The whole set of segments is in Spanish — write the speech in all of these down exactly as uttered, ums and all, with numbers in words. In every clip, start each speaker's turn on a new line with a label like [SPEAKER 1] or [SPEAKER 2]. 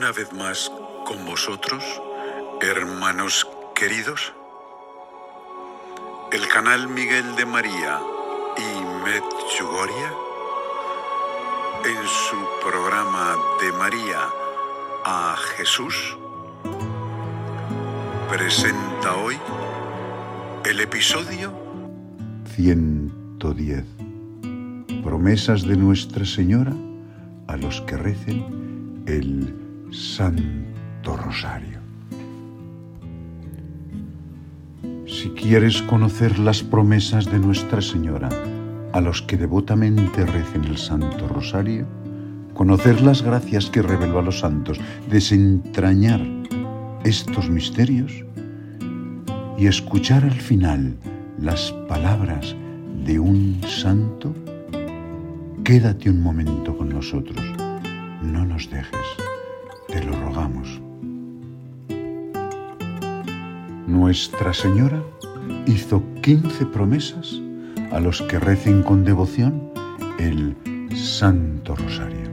[SPEAKER 1] una vez más con vosotros, hermanos queridos. El canal Miguel de María y Medjugorje, en su programa de María a Jesús, presenta hoy el episodio
[SPEAKER 2] ciento diez. Promesas de Nuestra Señora a los que recen el Santo Rosario. Si quieres conocer las promesas de Nuestra Señora a los que devotamente recen el Santo Rosario, conocer las gracias que reveló a los santos, desentrañar estos misterios y escuchar al final las palabras de un santo, quédate un momento con nosotros, no nos dejes, te lo rogamos. Nuestra Señora hizo quince promesas a los que recen con devoción el Santo Rosario.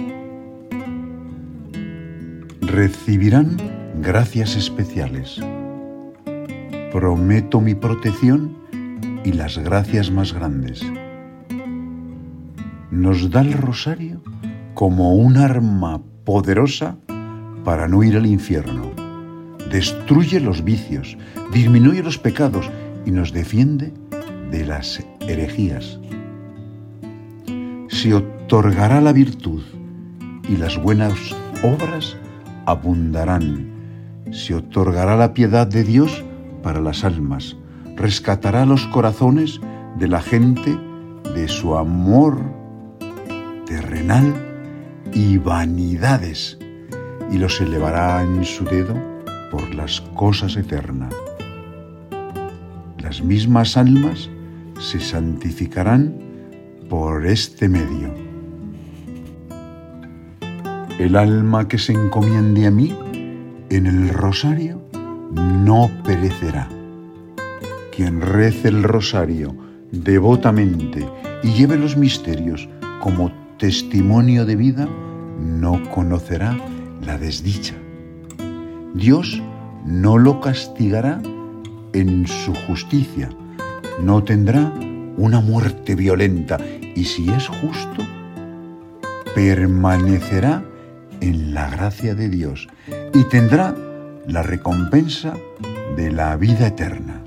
[SPEAKER 2] Recibirán gracias especiales. Prometo mi protección y las gracias más grandes. Nos da el rosario como un arma poderosa para no ir al infierno. Destruye los vicios, disminuye los pecados y nos defiende de las herejías. Se otorgará la virtud y las buenas obras abundarán. Se otorgará la piedad de Dios para las almas. Rescatará los corazones de la gente de su amor terrenal y vanidades, y los elevará en su dedo por las cosas eternas. Las mismas almas se santificarán por este medio. El alma que se encomiende a mí en el rosario no perecerá. Quien rece el rosario devotamente y lleve los misterios como testimonio de vida, no conocerá la desdicha. Dios no lo castigará en su justicia, no tendrá una muerte violenta y, si es justo, permanecerá en la gracia de Dios y tendrá la recompensa de la vida eterna.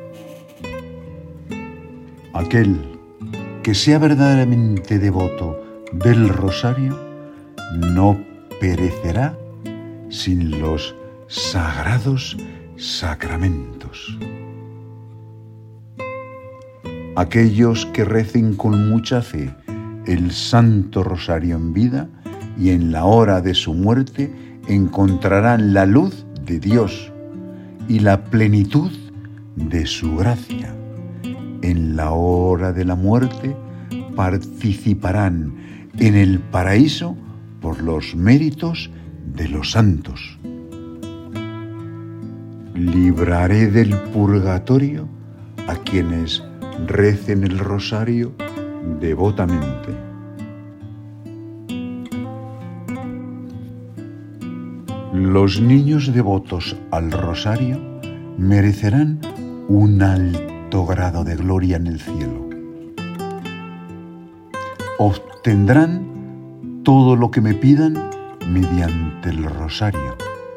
[SPEAKER 2] Aquel que sea verdaderamente devoto del rosario no perecerá sin los sagrados sacramentos. Aquellos que recen con mucha fe el Santo Rosario en vida y en la hora de su muerte encontrarán la luz de Dios y la plenitud de su gracia. En la hora de la muerte participarán en el paraíso por los méritos de los santos. Libraré del purgatorio a quienes recen el rosario devotamente. Los niños devotos al rosario merecerán un alto grado de gloria en el cielo. Obtendrán todo lo que me pidan mediante el rosario.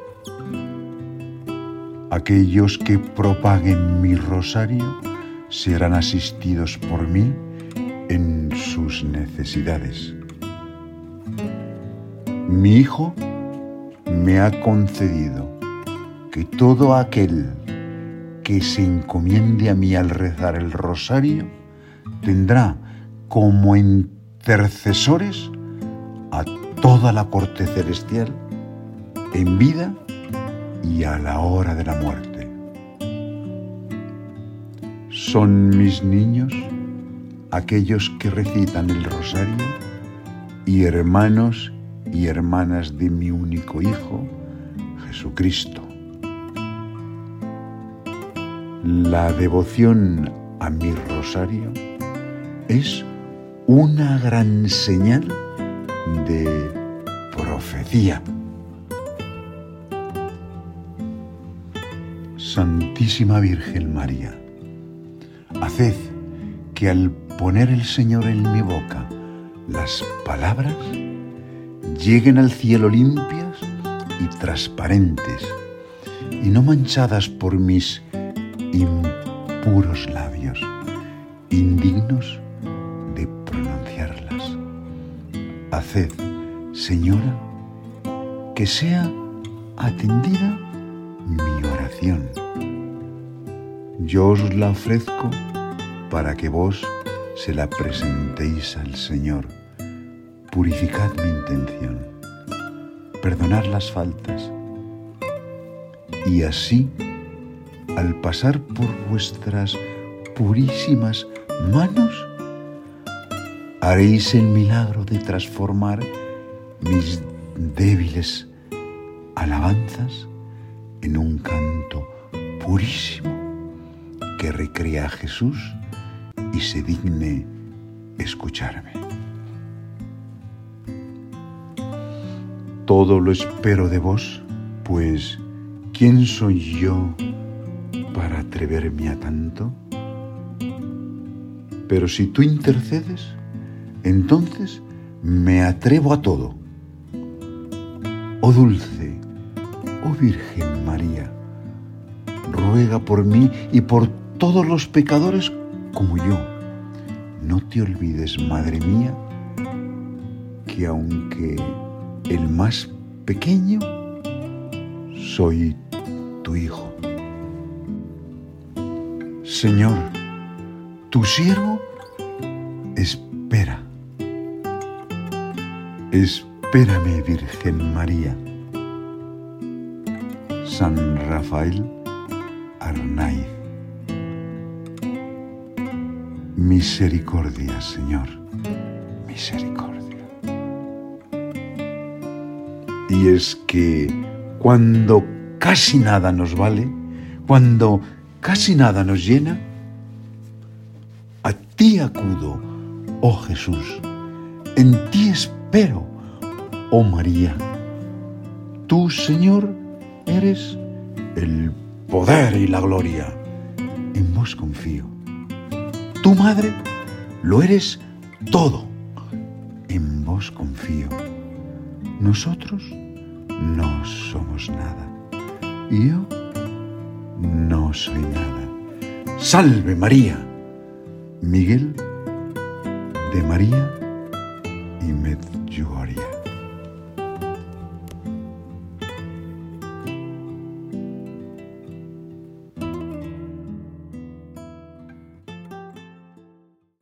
[SPEAKER 2] Aquellos que propaguen mi rosario serán asistidos por mí en sus necesidades. Mi Hijo me ha concedido que todo aquel que se encomiende a mí al rezar el rosario tendrá como intercesores a toda la corte celestial en vida y a la hora de la muerte. Son mis niños aquellos que recitan el rosario y hermanos y hermanas de mi único Hijo, Jesucristo. La devoción a mi rosario es una gran señal de profecía. Santísima Virgen María, haced que al poner el Señor en mi boca las palabras lleguen al cielo limpias y transparentes y no manchadas por mis impuros labios, indignos de pronunciarlas. Haced, Señora, que sea atendida mi oración. Yo os la ofrezco para que vos se la presentéis al Señor. Purificad mi intención, perdonad las faltas, y así, al pasar por vuestras purísimas manos, haréis el milagro de transformar mis débiles alabanzas en un canto purísimo que recrea a Jesús y se digne escucharme. Todo lo espero de vos, pues ¿quién soy yo para atreverme a tanto? Pero si tú intercedes, entonces me atrevo a todo. Oh dulce, oh Virgen María, ruega por mí y por todos los pecadores como yo. No te olvides, Madre mía, que aunque el más pequeño, soy tu hijo. Señor, tu siervo espera. Espérame, Virgen María. San Rafael Arnaiz. Misericordia, Señor, misericordia. Y es que cuando casi nada nos vale, cuando casi nada nos llena, a ti acudo, oh Jesús, en ti espero, oh María. Tú, Señor, eres el poder y la gloria. En vos confío. Tu Madre, lo eres todo. En vos confío. Nosotros no somos nada. Y yo no soy nada. Salve María. Miguel de María y Medjugorje.